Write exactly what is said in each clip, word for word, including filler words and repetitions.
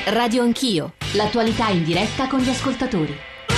Radio Anch'io, l'attualità in diretta con gli ascoltatori.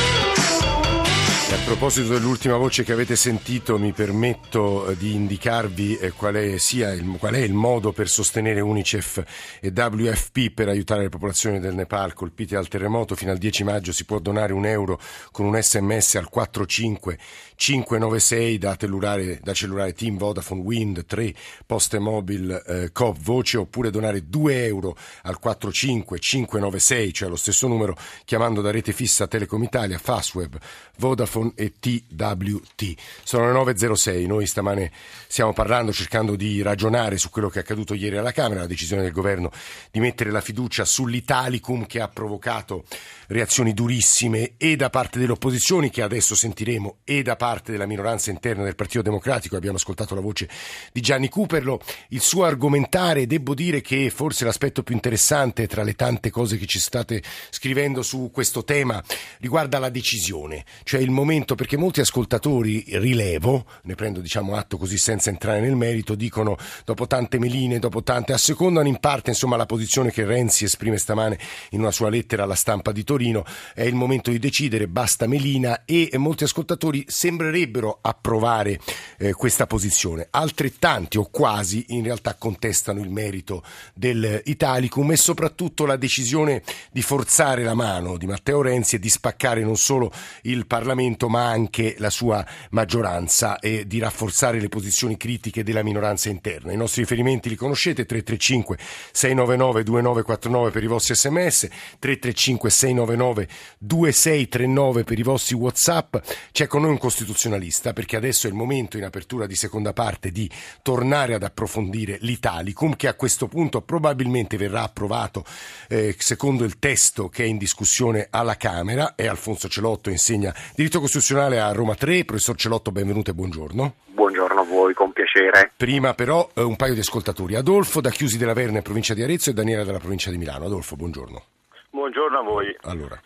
E a proposito dell'ultima voce che avete sentito, mi permetto di indicarvi qual è, sia il, qual è il modo per sostenere UNICEF e W F P per aiutare le popolazioni del Nepal colpite dal terremoto. Fino al dieci maggio si può donare un euro con un sms al quattro cinque cinque nove sei da cellulare, da cellulare Team Vodafone Wind tre Poste Mobile eh, Coop Voce, oppure donare due euro al quattro cinque cinque nove sei, cioè lo stesso numero, chiamando da rete fissa Telecom Italia, Fastweb, Vodafone e T W T. Sono le nove e zero sei, noi stamane stiamo parlando, cercando di ragionare su quello che è accaduto ieri alla Camera, la decisione del governo di mettere la fiducia sull'Italicum, che ha provocato reazioni durissime e da parte delle opposizioni, che adesso sentiremo, e da parte della minoranza interna del Partito Democratico. Abbiamo ascoltato la voce di Gianni Cooperlo, il suo argomentare. Devo dire che forse l'aspetto più interessante tra le tante cose che ci state scrivendo su questo tema riguarda la decisione, cioè il momento, perché molti ascoltatori, rilevo, ne prendo diciamo atto così senza entrare nel merito, dicono dopo tante meline, dopo tante, assecondano in parte insomma la posizione che Renzi esprime stamane in una sua lettera alla Stampa di Torino: è il momento di decidere, basta melina. E molti ascoltatori sembrerebbero approvare eh, questa posizione, altrettanti o quasi in realtà contestano il merito dell'Italicum e soprattutto la decisione di forzare la mano di Matteo Renzi e di spaccare non solo il Parlamento ma anche la sua maggioranza e di rafforzare le posizioni critiche della minoranza interna. I nostri riferimenti li conoscete: tre tre cinque sei nove nove due nove quattro nove per i vostri sms, tre tre cinque sei nove nove due sei tre nove per i vostri WhatsApp. C'è con noi un costituzionalista, perché adesso è il momento, in apertura di seconda parte, di tornare ad approfondire l'Italicum, che a questo punto probabilmente verrà approvato eh, secondo il testo che è in discussione alla Camera. È Alfonso Celotto, insegna diritto costituzionale a Roma tre. Professor Celotto, benvenuto e buongiorno. Buongiorno a voi, con piacere. Prima però eh, un paio di ascoltatori: Adolfo da Chiusi della Verna, provincia di Arezzo, e Daniela dalla provincia di Milano. Adolfo, buongiorno. Buongiorno a voi. Allora.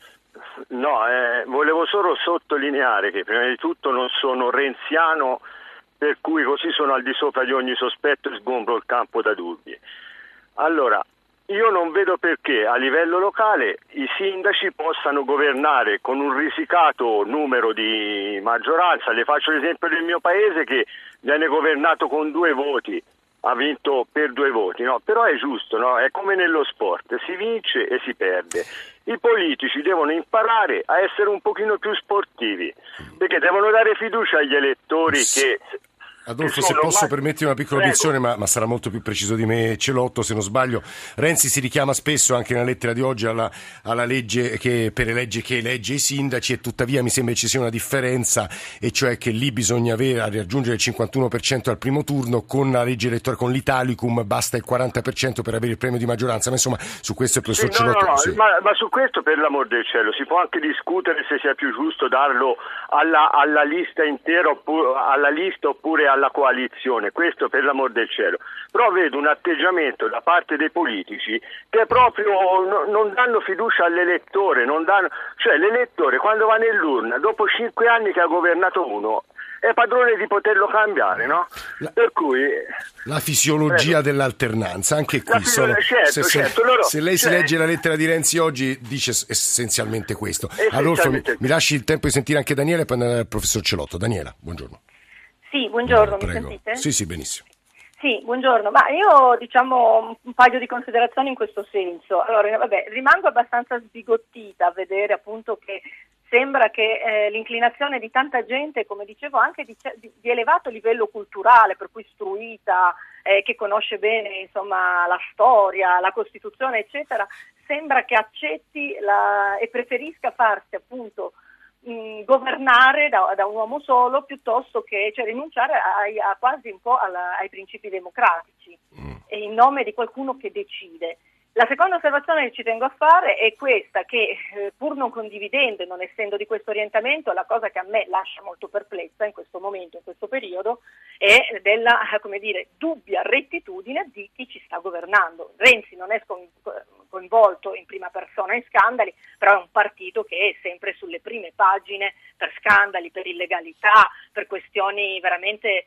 No, eh, volevo solo sottolineare che prima di tutto non sono renziano, per cui così sono al di sopra di ogni sospetto e sgombro il campo da dubbi. Allora, io non vedo perché a livello locale i sindaci possano governare con un risicato numero di maggioranza. Le faccio l'esempio del mio paese, che viene governato con due voti, ha vinto per due voti, no? Però è giusto, no? È come nello sport, si vince e si perde. I politici devono imparare a essere un pochino più sportivi, perché devono dare fiducia agli elettori che... Adolfo, se posso ormai... permettere una piccola obiezione, ma, ma sarà molto più preciso di me Celotto, se non sbaglio. Renzi si richiama spesso, anche nella lettera di oggi, alla, alla legge che per legge che elegge i sindaci, e tuttavia mi sembra ci sia una differenza, e cioè che lì bisogna avere, raggiungere il cinquantuno per cento al primo turno. Con la legge elettorale, con l'Italicum, basta il quaranta per cento per avere il premio di maggioranza. Ma insomma, su questo il professor sì, no, Celotto... No, no, sì. ma, ma su questo, per l'amor del cielo, si può anche discutere se sia più giusto darlo alla, alla lista intera oppure, alla lista oppure alla coalizione. Questo per l'amor del cielo. Però vedo un atteggiamento da parte dei politici che proprio no, non danno fiducia all'elettore, non danno, cioè l'elettore quando va nell'urna, dopo cinque anni che ha governato uno, è padrone di poterlo cambiare, no? La, per cui la fisiologia prego. dell'alternanza, anche qui sono, certo, se, certo, se, loro, se lei cioè, si legge la lettera di Renzi oggi, dice essenzialmente questo. Essenzialmente. Adolfo, mi, mi lasci il tempo di sentire anche Daniela e poi andare al professor Celotto. Daniela, buongiorno. Sì, buongiorno, no, mi sentite? Sì, sì, benissimo. Sì, buongiorno, ma io diciamo un paio di considerazioni in questo senso. Allora, vabbè, rimango abbastanza sbigottita a vedere appunto che sembra che eh, l'inclinazione di tanta gente, come dicevo, anche di, di, di elevato livello culturale, per cui istruita, eh, che conosce bene insomma la storia, la Costituzione, eccetera, sembra che accetti la, e preferisca farsi appunto mh, governare da, da un uomo solo, piuttosto che cioè, rinunciare a, a quasi un po' alla, ai principi democratici, mm. e in nome di qualcuno che decide. La seconda osservazione che ci tengo a fare è questa, che eh, pur non condividendo e non essendo di questo orientamento, la cosa che a me lascia molto perplessa in questo momento, in questo periodo, è della, come dire, dubbia rettitudine di chi ci sta governando. Renzi non è coinvolto in prima persona in scandali, però è un partito che è sempre sulle prime pagine per scandali, per illegalità, per questioni veramente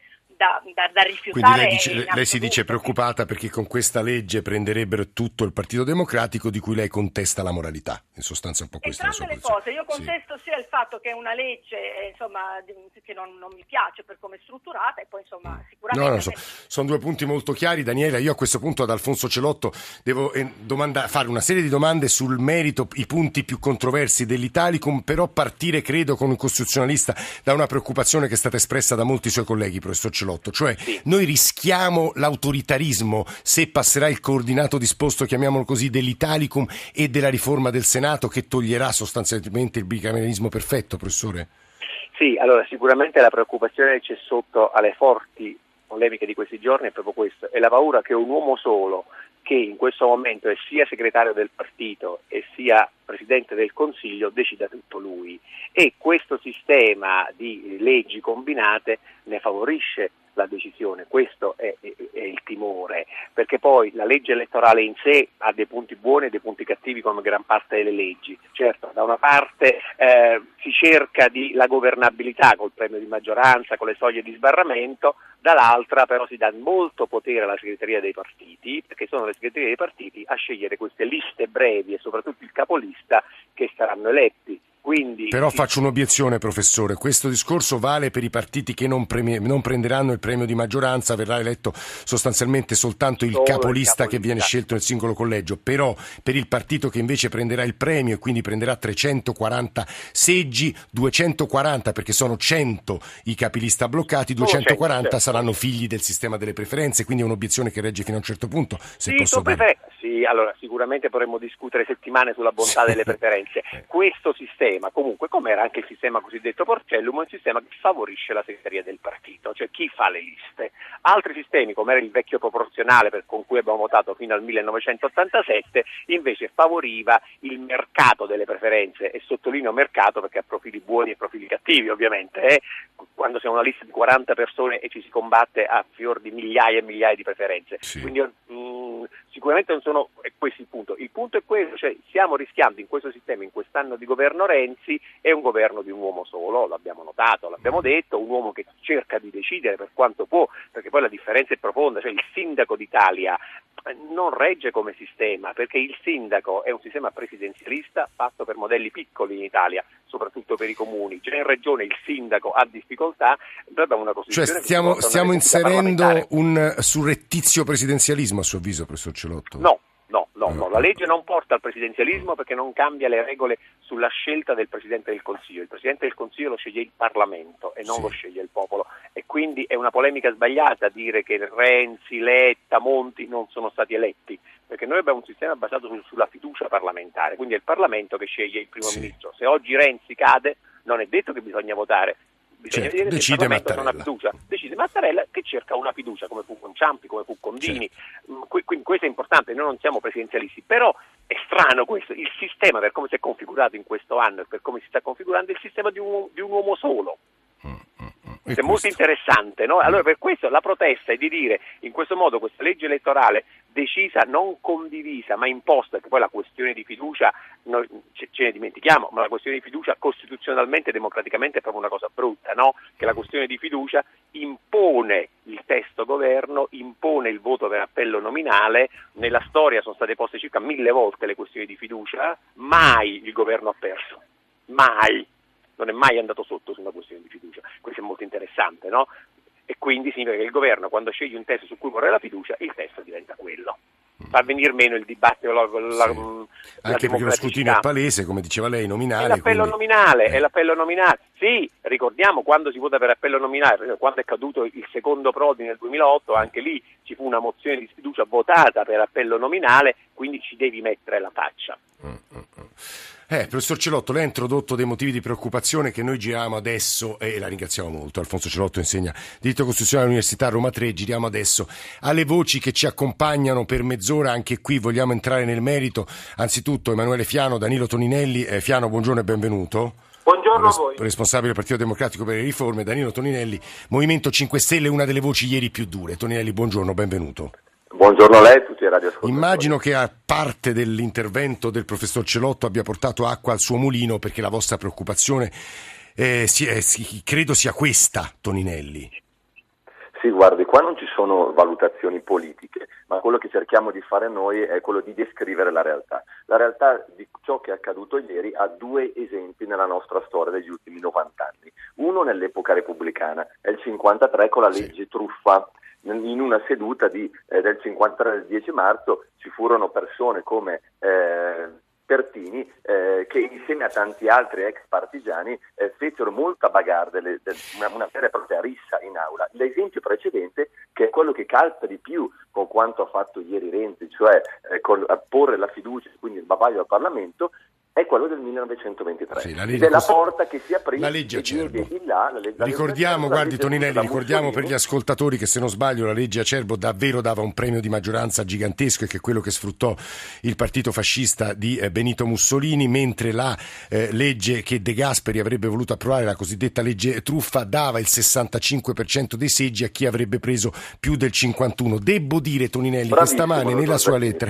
da, da, da rifiutare. Quindi lei, dice, lei si dice preoccupata perché con questa legge prenderebbero tutto il Partito Democratico, di cui lei contesta la moralità, in sostanza un po' questa è la sua posizione. Cose, io contesto sì. sia il fatto che è una legge insomma che non, non mi piace per come è strutturata e poi insomma sicuramente... No, no, so, sono due punti molto chiari, Daniela. Io a questo punto ad Alfonso Celotto devo eh, domanda, fare una serie di domande sul merito, i punti più controversi dell'Italicum, però partire credo con un costituzionalista da una preoccupazione che è stata espressa da molti suoi colleghi, professor Celotto, cioè sì. Noi rischiamo l'autoritarismo se passerà il coordinato disposto, chiamiamolo così, dell'Italicum e della riforma del Senato, che toglierà sostanzialmente il bicameralismo perfetto, professore? Sì, allora sicuramente la preoccupazione che c'è sotto alle forti polemiche di questi giorni è proprio questo, è la paura che un uomo solo, che in questo momento è sia segretario del partito e sia Presidente del Consiglio, decida tutto lui, e questo sistema di leggi combinate ne favorisce la decisione. Questo è, è, è il timore, perché poi la legge elettorale in sé ha dei punti buoni e dei punti cattivi come gran parte delle leggi. Certo, da una parte eh, si cerca di la governabilità col premio di maggioranza, con le soglie di sbarramento, dall'altra però si dà molto potere alla segreteria dei partiti, perché sono le segreterie dei partiti a scegliere queste liste brevi e soprattutto il capolista che saranno eletti. Quindi, Però sì. faccio un'obiezione, professore, questo discorso vale per i partiti che non, premi- non prenderanno il premio di maggioranza, verrà eletto sostanzialmente soltanto il Solo capolista, il capolista che viene scelto nel singolo collegio, però per il partito che invece prenderà il premio e quindi prenderà trecentoquaranta seggi, duecentoquaranta perché sono cento i capilista bloccati, duecentoquaranta certo. saranno figli del sistema delle preferenze, quindi è un'obiezione che regge fino a un certo punto, se sì, posso dire. Prefer- sì, allora sicuramente potremmo discutere settimane sulla bontà delle preferenze. Questo sistema comunque, come era anche il sistema cosiddetto Porcellum, è un sistema che favorisce la segreteria del partito, cioè chi fa le liste. Altri sistemi, come era il vecchio proporzionale per con cui abbiamo votato fino al millenovecentottantasette, invece favoriva il mercato delle preferenze, e sottolineo mercato perché ha profili buoni e profili cattivi ovviamente, eh? Quando siamo una lista di quaranta persone e ci si combatte a fior di migliaia e migliaia di preferenze. Sì. Quindi mh, sicuramente non sono è questo il punto. Il punto è quello, cioè stiamo rischiando in questo sistema, in quest'anno di governo Renzi, è un governo di un uomo solo, l'abbiamo notato, l'abbiamo detto, un uomo che cerca di decidere per quanto può, perché poi la differenza è profonda, cioè il sindaco d'Italia non regge come sistema, perché il sindaco è un sistema presidenzialista fatto per modelli piccoli in Italia, soprattutto per i comuni. Già in regione il sindaco ha difficoltà, noi abbiamo una Costituzione. Cioè stiamo, che stiamo inserendo un surrettizio presidenzialismo, a suo avviso, professor Celotto? No. No, no, no, la legge non porta al presidenzialismo perché non cambia le regole sulla scelta del Presidente del Consiglio. Il Presidente del Consiglio lo sceglie il Parlamento e non sì. lo sceglie il popolo, e quindi è una polemica sbagliata dire che Renzi, Letta, Monti non sono stati eletti, perché noi abbiamo un sistema basato su, sulla fiducia parlamentare, quindi è il Parlamento che sceglie il primo sì. ministro. Se oggi Renzi cade, non è detto che bisogna votare. Bisogna certo, vedere decide se il Parlamento Mattarella. non ha fiducia. Decide Mattarella, che cerca una fiducia, come fu con Ciampi, come fu con Dini. Certo. Quindi questo è importante, noi non siamo presidenzialisti, però è strano questo, il sistema, per come si è configurato in questo anno e per come si sta configurando, è il sistema di un, di un uomo solo. Mm, mm, mm. È questo? Molto interessante, no? Allora per questo la protesta è di dire in questo modo questa legge elettorale decisa, non condivisa, ma imposta, che poi la questione di fiducia, noi ce, ce ne dimentichiamo, ma la questione di fiducia costituzionalmente e democraticamente è proprio una cosa brutta, no? Che la questione di fiducia impone il testo governo, impone il voto per appello nominale. Nella storia sono state poste circa mille volte le questioni di fiducia, mai il governo ha perso, mai, non è mai andato sotto su una questione di fiducia. Questo è molto interessante, no? E quindi significa che il governo, quando sceglie un testo su cui vorrà la fiducia, il testo diventa quello. Fa venire meno il dibattito, la, la, sì. la anche perché lo scrutinio è palese, come diceva lei, nominale. È l'appello quindi... nominale, eh. è l'appello nominale. Sì, ricordiamo quando si vota per appello nominale, quando è caduto il secondo Prodi nel duemilaotto, anche lì ci fu una mozione di sfiducia votata per appello nominale, quindi ci devi mettere la faccia. Mm, mm, mm. Eh, professor Celotto, lei ha introdotto dei motivi di preoccupazione che noi giriamo adesso, e la ringraziamo molto. Alfonso Celotto insegna diritto costituzionale all'Università Roma tre. Giriamo adesso alle voci che ci accompagnano per mezz'ora. Anche qui vogliamo entrare nel merito. Anzitutto Emanuele Fiano, Danilo Toninelli. Eh, Fiano, buongiorno e benvenuto. Buongiorno a voi. Responsabile del Partito Democratico per le Riforme. Danilo Toninelli, Movimento cinque Stelle, una delle voci ieri più dure. Toninelli, buongiorno, benvenuto. Buongiorno a lei e tutti i radioascoltatori. Immagino che a parte dell'intervento del professor Celotto abbia portato acqua al suo mulino, perché la vostra preoccupazione eh, si, eh, si, credo sia questa, Toninelli. Sì, guardi, qua non ci sono valutazioni politiche, ma quello che cerchiamo di fare noi è quello di descrivere la realtà. La realtà di ciò che è accaduto ieri ha due esempi nella nostra storia degli ultimi novanta anni. Uno nell'epoca repubblicana, è il cinquantatré con la legge sì. Truffa. In una seduta di, eh, del cinquantatré del dieci marzo ci furono persone come eh, Pertini eh, che insieme a tanti altri ex partigiani eh, fecero molta bagarre, delle, de, una, una vera e propria rissa in aula. L'esempio precedente, che è quello che calza di più con quanto ha fatto ieri Renzi, cioè eh, col, porre la fiducia, quindi il bavaglio al Parlamento, è quello del millenovecentoventitré, sì, la legge, ed è la porta che si aprì, la legge Acerbo. Di là, la legge, ricordiamo, la guardi legge Toninelli, ricordiamo per gli ascoltatori che, se non sbaglio, la legge Acerbo davvero dava un premio di maggioranza gigantesco, e che è quello che sfruttò il partito fascista di eh, Benito Mussolini, mentre la eh, legge che De Gasperi avrebbe voluto approvare, la cosiddetta legge Truffa, dava il sessantacinque per cento dei seggi a chi avrebbe preso più del cinquantuno. Devo dire, Toninelli, Bravissimo, che stamane nella sua lettera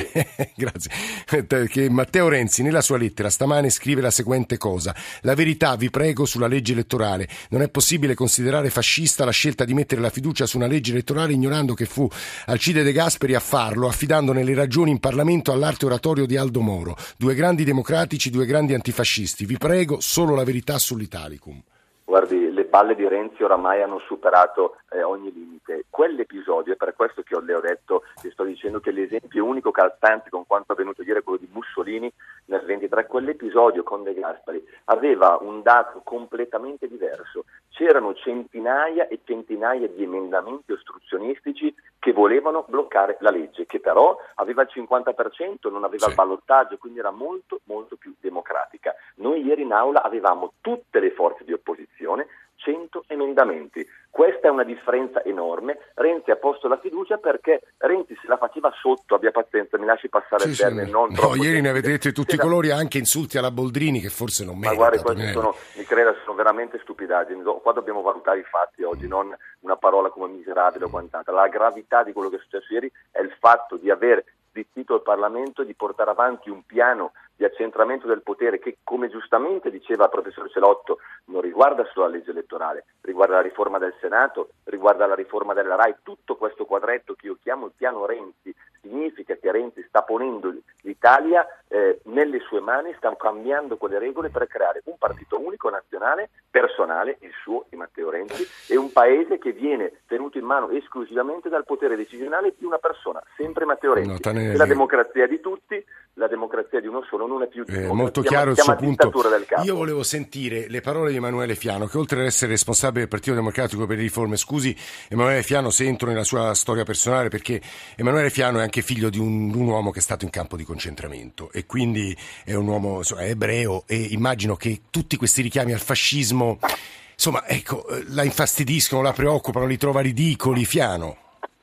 grazie, che Matteo Renzi nella sua lettera stamane scrive la seguente cosa: la verità, vi prego, sulla legge elettorale. Non è possibile considerare fascista la scelta di mettere la fiducia su una legge elettorale ignorando che fu Alcide De Gasperi a farlo, affidandone le ragioni in Parlamento all'arte oratorio di Aldo Moro. Due grandi democratici, due grandi antifascisti. Vi prego, solo la verità sull'Italicum. Guardi, le balle di Renzi oramai hanno superato eh, ogni limite. Quell'episodio, è per questo che le ho detto, che sto dicendo che l'esempio unico calzante con quanto avvenuto ieri è quello di Mussolini nel ventitré, quell'episodio con De Gasperi aveva un dato completamente diverso. C'erano centinaia e centinaia di emendamenti ostruzionistici che volevano bloccare la legge, che però aveva il cinquanta per cento, non aveva sì. il ballottaggio, quindi era molto molto più democratica. Noi ieri in aula avevamo tutte le forze di opposizione, cento emendamenti. Questa è una differenza enorme. Renzi ha posto la fiducia perché Renzi se la faceva sotto, abbia pazienza, mi lasci passare sì, il termine. Sì, non no, troppo ieri ne avete detto di tutti i la... colori, anche insulti alla Boldrini che forse non merita. Ma guardi, questi sono, mi creda, sono veramente stupidaggini. Qua dobbiamo valutare i fatti oggi, non una parola come miserabile o quant'altro. La gravità di quello che è successo ieri è il fatto di aver zittito il Parlamento, di portare avanti un piano di accentramento del potere che, come giustamente diceva il professor Celotto, non riguarda solo la legge elettorale, riguarda la riforma del Senato, riguarda la riforma della RAI. Tutto questo quadretto che io chiamo il piano Renzi significa che Renzi sta ponendo l'Italia eh, nelle sue mani, sta cambiando quelle regole per creare un partito unico nazionale, personale, il suo, di Matteo Renzi, e un paese che viene tenuto in mano esclusivamente dal potere decisionale di una persona, sempre Matteo Renzi. No, e la democrazia di tutti, la democrazia di uno solo non è più eh, molto chiaro il suo punto. Io volevo sentire le parole di Emanuele Fiano, che oltre ad essere responsabile del Partito Democratico per le riforme, scusi Emanuele Fiano se entro nella sua storia personale, perché Emanuele Fiano è anche figlio di un, un uomo che è stato in campo di concentramento e quindi è un uomo, insomma, è ebreo, e immagino che tutti questi richiami al fascismo, insomma, ecco, la infastidiscono, la preoccupano, li trova ridicoli. Fiano?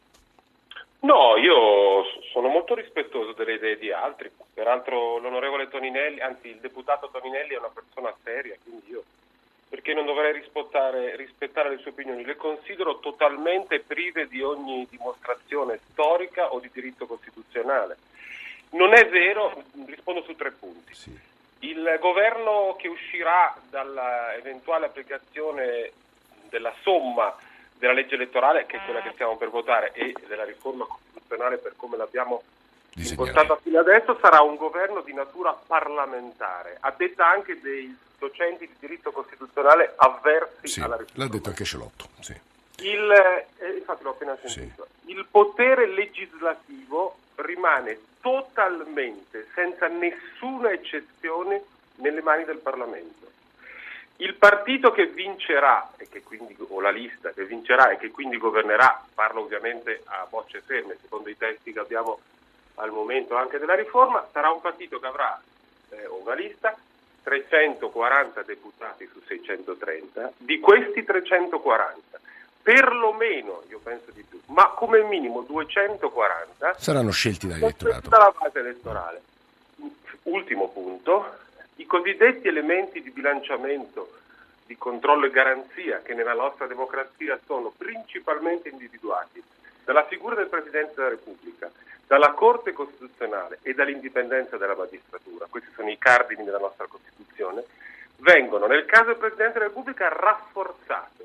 No, io sono molto rispettoso delle idee di altri. Peraltro l'onorevole Toninelli, anzi il deputato Toninelli, è una persona seria, quindi io perché non dovrei rispettare, rispettare le sue opinioni? Le considero totalmente prive di ogni dimostrazione storica o di diritto costituzionale. Non è vero, rispondo su tre punti. Sì. Il governo che uscirà dalla eventuale applicazione della somma della legge elettorale, che è quella che stiamo per votare, e della riforma costituzionale per come l'abbiamo impostata fino adesso, sarà un governo di natura parlamentare, a detta anche dei docenti di diritto costituzionale avversi sì, alla riforma. L'ha detto anche Celotto. Sì. Il, eh, infatti l'ho appena sentito. Sì. Il potere legislativo rimane totalmente, senza nessuna eccezione, nelle mani del Parlamento. Il partito che vincerà, e che quindi, o la lista che vincerà e che quindi governerà, parlo ovviamente a bocce ferme, secondo i testi che abbiamo al momento anche della riforma, sarà un partito che avrà, eh, una lista, trecentoquaranta deputati su seicentotrenta, di questi trecentoquaranta, perlomeno, io penso di più, ma come minimo duecentoquaranta saranno scelti dall'elettorato. Dalla base elettorale. Ultimo punto, i cosiddetti elementi di bilanciamento, di controllo e garanzia che nella nostra democrazia sono principalmente individuati dalla figura del Presidente della Repubblica, dalla Corte Costituzionale e dall'indipendenza della magistratura, questi sono i cardini della nostra Costituzione, vengono nel caso del Presidente della Repubblica rafforzati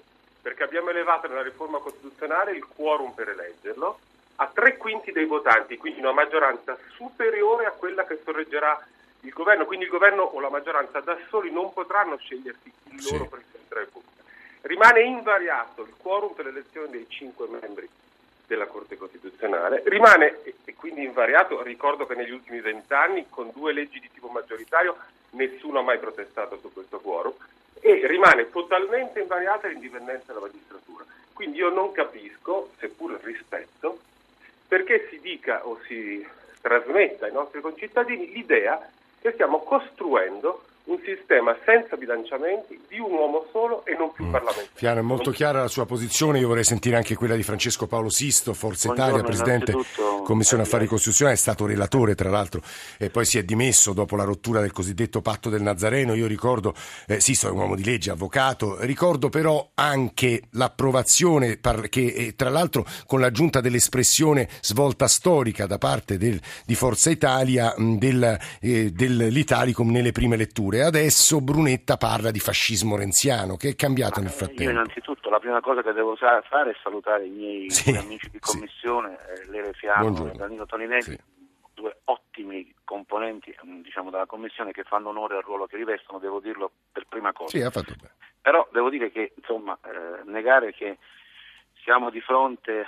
perché abbiamo elevato nella riforma costituzionale il quorum per eleggerlo a tre quinti dei votanti, quindi una maggioranza superiore a quella che sorreggerà il governo, quindi il governo o la maggioranza da soli non potranno scegliersi il loro sì. Presidente della Repubblica. Rimane invariato il quorum per l'elezione dei cinque membri della Corte Costituzionale, rimane e quindi invariato, ricordo che negli ultimi vent'anni con due leggi di tipo maggioritario nessuno ha mai protestato su questo quorum, e rimane totalmente invariata l'indipendenza della magistratura. Quindi io non capisco, seppur rispetto, perché si dica o si trasmetta ai nostri concittadini l'idea che stiamo costruendo un sistema senza bilanciamenti di un uomo solo e non più mm. parlamentare. Fiano, è molto chiara la sua posizione, io vorrei sentire anche quella di Francesco Paolo Sisto, Forza Italia, Presidente Commissione Affari Costituzionali, è stato relatore tra l'altro e poi si è dimesso dopo la rottura del cosiddetto patto del Nazareno. Io ricordo, eh, Sisto è un uomo di legge, avvocato, ricordo però anche l'approvazione par- che eh, tra l'altro con l'aggiunta dell'espressione svolta storica da parte del, di Forza Italia mh, del, eh, dell'Italicum nelle prime letture. Adesso Brunetta parla di fascismo renziano. Che è cambiato nel frattempo? Io innanzitutto la prima cosa che devo fare è salutare i miei sì, amici di commissione, sì. eh, Lele Fiano e Danilo Toninelli, sì. due ottimi componenti diciamo della commissione che fanno onore al ruolo che rivestono, devo dirlo per prima cosa. Sì, ha fatto bene. Però devo dire che insomma eh, negare che siamo di fronte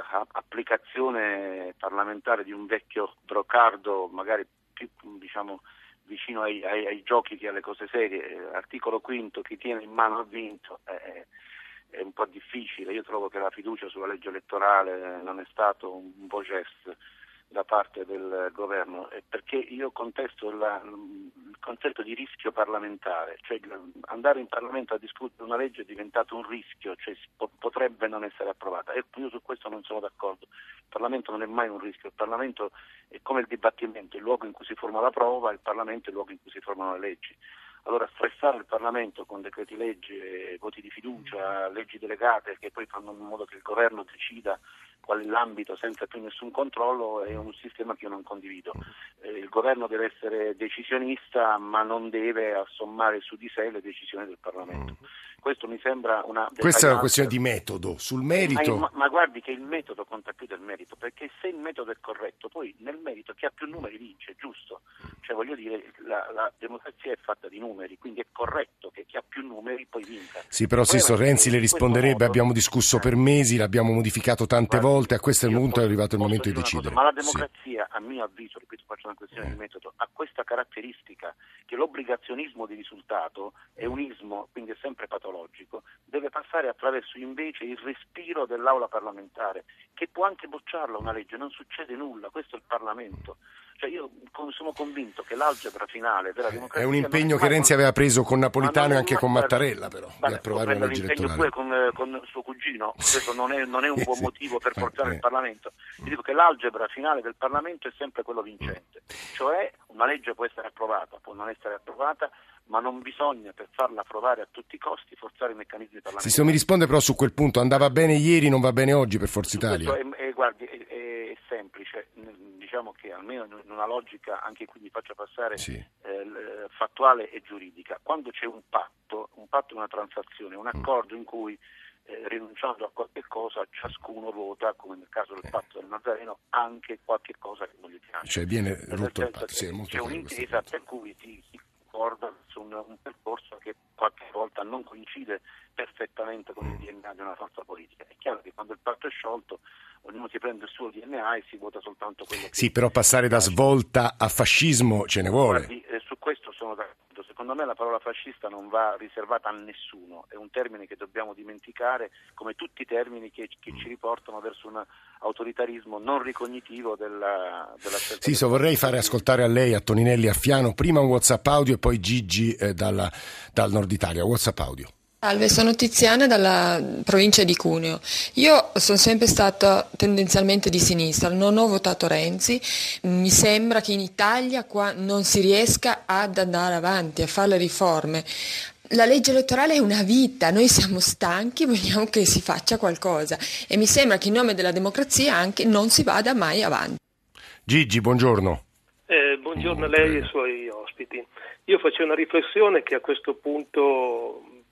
all'applicazione parlamentare di un vecchio brocardo, magari più diciamo vicino ai, ai, ai giochi che alle cose serie, articolo quinto, chi tiene in mano ha vinto, è, è un po' difficile. Io trovo che la fiducia sulla legge elettorale non è stato un, un beau geste da parte del governo, perché io contesto la, il concetto di rischio parlamentare, cioè andare in Parlamento a discutere una legge è diventato un rischio, cioè potrebbe non essere approvata, e io su questo non sono d'accordo. Il Parlamento non è mai un rischio, il Parlamento è come il dibattimento, il luogo in cui si forma la prova, il Parlamento è il luogo in cui si formano le leggi. Allora stressare il Parlamento con decreti legge, voti di fiducia, leggi delegate che poi fanno in modo che il governo decida qual è l'ambito senza più nessun controllo è un sistema che io non condivido. Eh, il governo deve essere decisionista ma non deve assommare su di sé le decisioni del Parlamento. Questo mi sembra una... Questa è una questione di metodo, sul merito... Ma, ma guardi che il metodo conta più del merito, perché se il metodo è corretto, poi nel merito chi ha più numeri vince, giusto? Cioè voglio dire, la, la democrazia è fatta di numeri, quindi è corretto che chi ha più numeri poi vinca. Sì, però Sisto Renzi le risponderebbe, modo... abbiamo discusso per mesi, l'abbiamo modificato tante guardi, volte, a questo punto posso, è arrivato il momento di decidere. Cosa, ma la democrazia, sì. a mio avviso, ripeto, faccio una questione di metodo, ha questa caratteristica che l'obbligazionismo di risultato è un ismo, quindi è sempre patologico, deve passare attraverso invece il respiro dell'aula parlamentare, che può anche bocciarla una legge, non succede nulla, questo è il Parlamento. Cioè io sono convinto che l'algebra finale della democrazia... È un impegno che Renzi aveva preso con Napolitano e anche con Mattarella, però, di approvare una legge elettorale. Pure con, con suo cugino, questo non è, non è un buon motivo per forzare il Parlamento. Io dico che l'algebra finale del Parlamento è sempre quello vincente, cioè una legge può essere approvata, può non essere approvata, ma non bisogna, per farla approvare a tutti i costi, forzare i meccanismi parlamentari. Sisto mi risponde però su quel punto, andava bene ieri, non va bene oggi per Forza Italia. È, è, guardi, è, è semplice, diciamo che almeno in una logica, anche qui mi faccio passare, sì. eh, fattuale e giuridica, quando c'è un patto, un patto è una transazione, un accordo in cui eh, rinunciando a qualche cosa ciascuno vota, come nel caso del patto del Nazareno, anche qualche cosa che non gli piace. Cioè viene rotto il patto, sì, è molto c'è un'intesa per cui si, si accorda su un, un percorso che qualche volta non coincide perfettamente con il D N A di una forza politica. È chiaro che quando il patto è sciolto ognuno si prende il suo D N A e si vota soltanto quello che... Sì, però passare da svolta a fascismo ce ne vuole. Guardi, eh, su questo sono d'accordo. Secondo me la parola fascista non va riservata a nessuno, è un termine che dobbiamo dimenticare, come tutti i termini che, che ci riportano verso un autoritarismo non ricognitivo della, della scelta. Sì, so, vorrei fare ascoltare a lei, a Toninelli e a Fiano, prima un WhatsApp audio e poi Gigi eh, dalla, dal Nord Italia. WhatsApp audio. Salve, sono Tiziana dalla provincia di Cuneo. Io sono sempre stata tendenzialmente di sinistra, non ho votato Renzi, mi sembra che in Italia qua non si riesca ad andare avanti, a fare le riforme. La legge elettorale è una vita, noi siamo stanchi, vogliamo che si faccia qualcosa e mi sembra che in nome della democrazia anche non si vada mai avanti. Gigi, buongiorno. Eh, buongiorno a lei e ai suoi ospiti. Io faccio una riflessione che a questo punto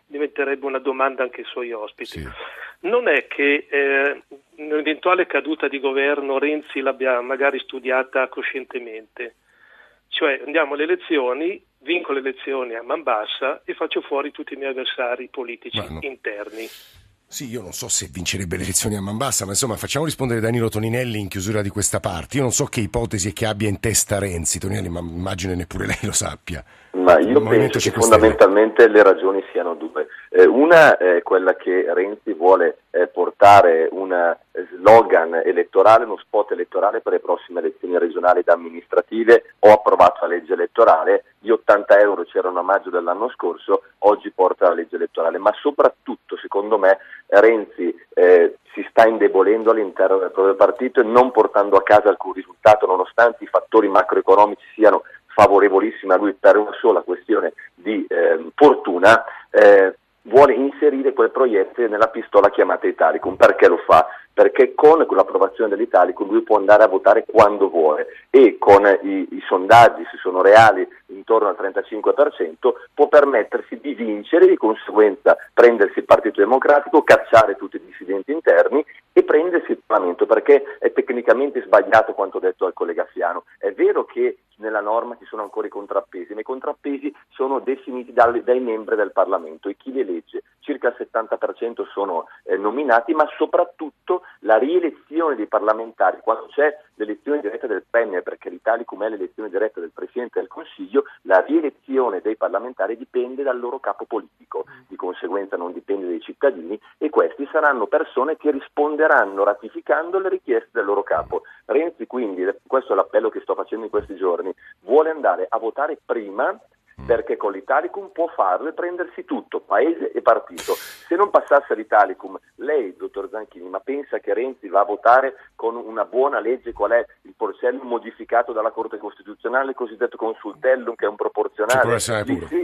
diventerebbe una domanda anche ai suoi ospiti. Sì. Non è che eh, un'eventuale caduta di governo Renzi l'abbia magari studiata coscientemente, cioè andiamo alle elezioni, vinco le elezioni a man bassa e faccio fuori tutti i miei avversari politici no. interni. Sì, io non so se vincerebbe le elezioni a man bassa, ma insomma facciamo rispondere Danilo Toninelli in chiusura di questa parte. Io non so che ipotesi è che abbia in testa Renzi, Toninelli, ma immagino neppure lei lo sappia. Ma io penso che fondamentalmente le ragioni siano due. Eh, una è quella che Renzi vuole eh, portare un slogan elettorale, uno spot elettorale per le prossime elezioni regionali ed amministrative. Ho approvato la legge elettorale, gli ottanta euro c'erano a maggio dell'anno scorso, oggi porta la legge elettorale. Ma soprattutto, secondo me, Renzi eh, si sta indebolendo all'interno del proprio partito e non portando a casa alcun risultato, nonostante i fattori macroeconomici siano favorevolissimi a lui per una sola questione di eh, fortuna, eh, vuole inserire quel proiettile nella pistola chiamata Italicum. Perché lo fa? Perché con l'approvazione dell'Italicum lui può andare a votare quando vuole e con i, i sondaggi, se sono reali, intorno al trentacinque per cento, può permettersi di vincere, di conseguenza prendersi il Partito Democratico, cacciare tutti i dissidenti interni e prendersi il Parlamento, perché è tecnicamente sbagliato quanto detto dal collega Fiano. È vero che nella norma ci sono ancora i contrappesi, ma i contrappesi sono definiti dai, dai membri del Parlamento e chi li elegge? Circa il settanta per cento sono eh, nominati, ma soprattutto la rielezione dei parlamentari, quando c'è l'elezione diretta del Premier, perché l'Italicum è l'elezione diretta del Presidente del Consiglio, la rielezione dei parlamentari dipende dal loro capo politico, di conseguenza non dipende dai cittadini, e questi saranno persone che risponderanno ratificando le richieste del loro capo. Renzi quindi, questo è l'appello che sto facendo in questi giorni, vuole andare a votare prima, perché con l'Italicum può farlo e prendersi tutto, paese e partito. Se non passasse l'Italicum, lei, dottor Zanchini, ma pensa che Renzi va a votare con una buona legge, qual è il Porcellum modificato dalla Corte Costituzionale, il cosiddetto Consultellum, che è un proporzionale? Sì, sì.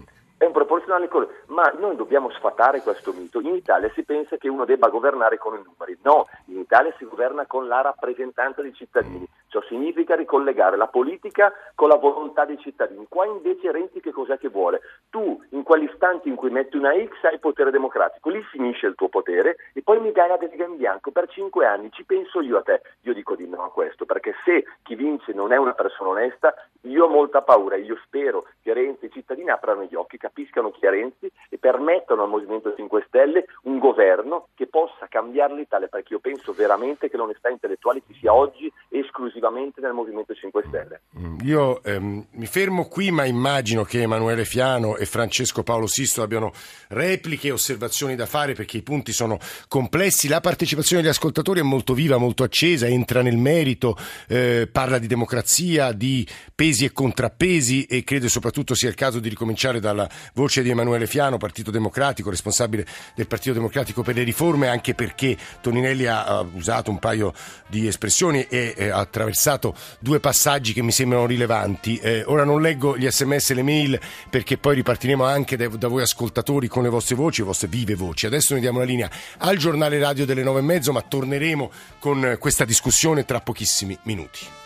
È un proporzionale, ma noi dobbiamo sfatare questo mito. In Italia si pensa che uno debba governare con i numeri. No, in Italia si governa con la rappresentanza dei cittadini. Ciò significa ricollegare la politica con la volontà dei cittadini. Qua invece Renzi che cos'è che vuole? Tu, in quell'istante in cui metti una X, hai potere democratico, lì finisce il tuo potere e poi mi dai la delega in bianco per cinque anni. Ci penso io a te. Io dico di no a questo, perché se chi vince non è una persona onesta, io ho molta paura. Io spero che Renzi e i cittadini aprano gli occhi, capiscano chi è Renzi e permettano al Movimento cinque Stelle un governo che possa cambiare l'Italia, perché io penso veramente che l'onestà intellettuale ci sia oggi esclusivamente nel Movimento cinque Stelle. Io ehm, mi fermo qui, ma immagino che Emanuele Fiano e Francesco Paolo Sisto abbiano repliche e osservazioni da fare, perché i punti sono complessi. La partecipazione degli ascoltatori è molto viva, molto accesa, entra nel merito, eh, parla di democrazia, di pesi e contrappesi, e credo soprattutto sia il caso di ricominciare dalla voce di Emanuele Fiano, Partito Democratico, responsabile del Partito Democratico per le riforme, anche perché Toninelli ha, ha usato un paio di espressioni e eh, ha attraversato due passaggi che mi sembrano rilevanti. Eh, ora non leggo gli sms e le mail, perché poi ripartiremo anche da, da voi ascoltatori con le vostre voci, le vostre vive voci. Adesso noi diamo la linea al giornale radio delle nove e mezzo, ma torneremo con questa discussione tra pochissimi minuti.